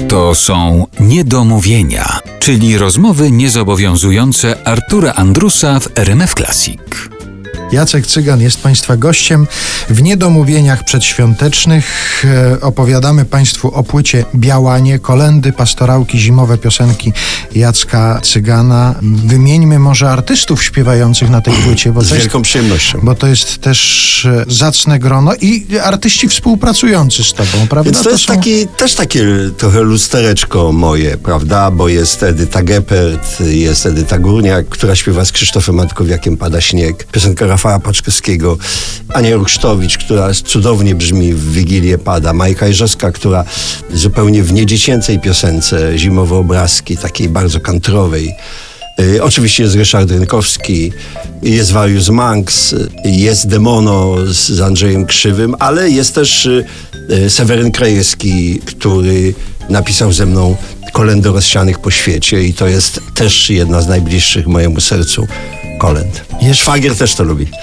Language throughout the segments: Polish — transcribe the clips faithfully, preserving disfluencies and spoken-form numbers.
To są niedomówienia, czyli rozmowy niezobowiązujące Artura Andrusa w R M F Classic. Jacek Cygan jest Państwa gościem. W niedomówieniach przedświątecznych e, opowiadamy Państwu o płycie Białanie, kolędy, pastorałki, zimowe piosenki Jacka Cygana. Wymieńmy może artystów śpiewających na tej płycie, bo Z to wielką jest, przyjemnością. bo to jest też e, zacne grono i artyści współpracujący z Tobą, prawda? Więc to, to jest są... taki, też takie trochę lustereczko moje, prawda? Bo jest Edyta Geppert, jest Edyta Górniak, która śpiewa z Krzysztofem Matkowiakiem Pada śnieg. Piosenka Rafała Paczkowskiego, Ania Rusztowicz, która cudownie brzmi w Wigilię pada, Majka Jeżowska, która zupełnie w niedziecięcej piosence Zimowe obrazki, takiej bardzo kantrowej. Y, oczywiście jest Ryszard Rynkowski, jest Warius Manx, jest Demono z, z Andrzejem Krzywym, ale jest też y, y, Seweryn Krajewski, który napisał ze mną Kolędy rozsianych po świecie i to jest też jedna z najbliższych mojemu sercu kolęd. Jest... Szwagier też to lubi.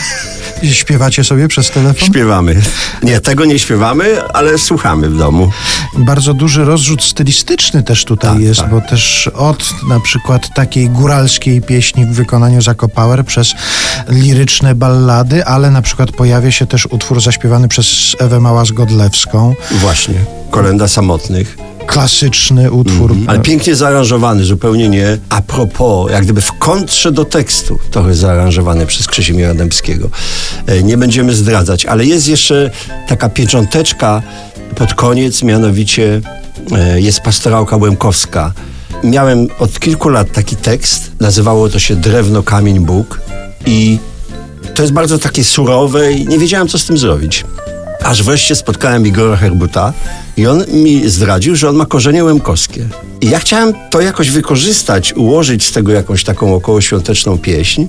Śpiewacie sobie przez telefon? Śpiewamy. Nie, tego nie śpiewamy, ale słuchamy w domu. Bardzo duży rozrzut stylistyczny też tutaj tak, jest, tak. bo też od na przykład takiej góralskiej pieśni w wykonaniu Zakopauer przez liryczne ballady, ale na przykład pojawia się też utwór zaśpiewany przez Ewę Małas-Godlewską. Właśnie. Kolęda samotnych. Klasyczny utwór. Mm-hmm. Ale pięknie zaaranżowany, zupełnie nie a propos, jak gdyby w kontrze do tekstu, trochę zaaranżowany przez Krzymierza Dębskiego. E, nie będziemy zdradzać, ale jest jeszcze taka piecząteczka pod koniec, mianowicie e, jest pastorałka Łemkowska. Miałem od kilku lat taki tekst, nazywało to się Drewno, kamień, Bóg i to jest bardzo takie surowe i nie wiedziałem, co z tym zrobić. Aż wreszcie spotkałem Igora Herbuta i on mi zdradził, że on ma korzenie łemkowskie. I ja chciałem to jakoś wykorzystać, ułożyć z tego jakąś taką okołoświąteczną pieśń.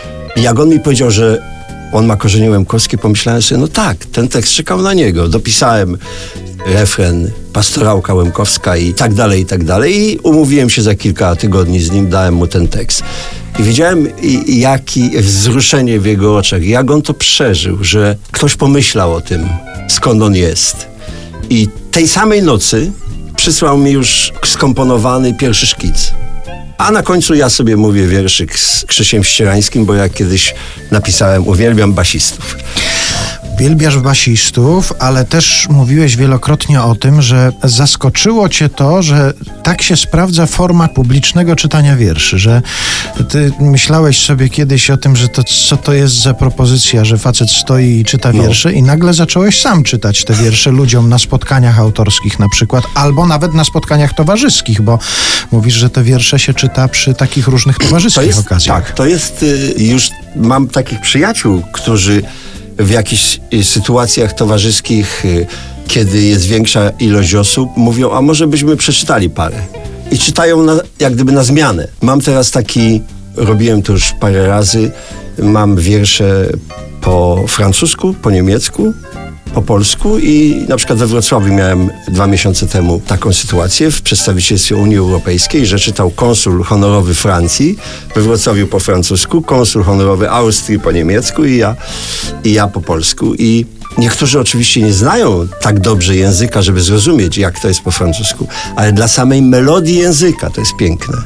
I jak on mi powiedział, że on ma korzenie łemkowskie, pomyślałem sobie, no tak, ten tekst czekał na niego. Dopisałem refren, pastorałka łemkowska i tak dalej, i tak dalej. I umówiłem się za kilka tygodni z nim, dałem mu ten tekst. I wiedziałem, jakie wzruszenie w jego oczach, jak on to przeżył, że ktoś pomyślał o tym, skąd on jest. I tej samej nocy przysłał mi już skomponowany pierwszy szkic. A na końcu ja sobie mówię wierszyk z Krzysiem Ścierańskim, bo ja kiedyś napisałem Uwielbiam basistów. Uwielbiasz basistów, ale też mówiłeś wielokrotnie o tym, że zaskoczyło cię to, że tak się sprawdza forma publicznego czytania wierszy, że ty myślałeś sobie kiedyś o tym, że to co to jest za propozycja, że facet stoi i czyta no. wiersze i nagle zacząłeś sam czytać te wiersze ludziom na spotkaniach autorskich na przykład, albo nawet na spotkaniach towarzyskich, bo mówisz, że te wiersze się czyta przy takich różnych towarzyskich to jest, okazjach. Tak, to jest y, już mam takich przyjaciół, którzy w jakichś sytuacjach towarzyskich, kiedy jest większa ilość osób, mówią, a może byśmy przeczytali parę. I czytają na, jak gdyby na zmianę. Mam teraz taki, robiłem to już parę razy, mam wiersze po francusku, po niemiecku, po polsku i na przykład we Wrocławiu miałem dwa miesiące temu taką sytuację w przedstawicielstwie Unii Europejskiej, że czytał konsul honorowy Francji we Wrocławiu po francusku, konsul honorowy Austrii po niemiecku i ja, i ja po polsku. I niektórzy oczywiście nie znają tak dobrze języka, żeby zrozumieć, jak to jest po francusku, ale dla samej melodii języka to jest piękne,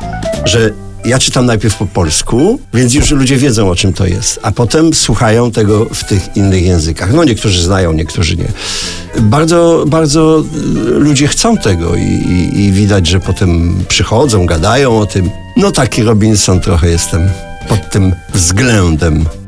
że ja czytam najpierw po polsku, więc już ludzie wiedzą, o czym to jest, a potem słuchają tego w tych innych językach. No niektórzy znają, niektórzy nie. Bardzo, bardzo ludzie chcą tego i, i, i widać, że potem przychodzą, gadają o tym. No taki Robinson trochę jestem pod tym względem.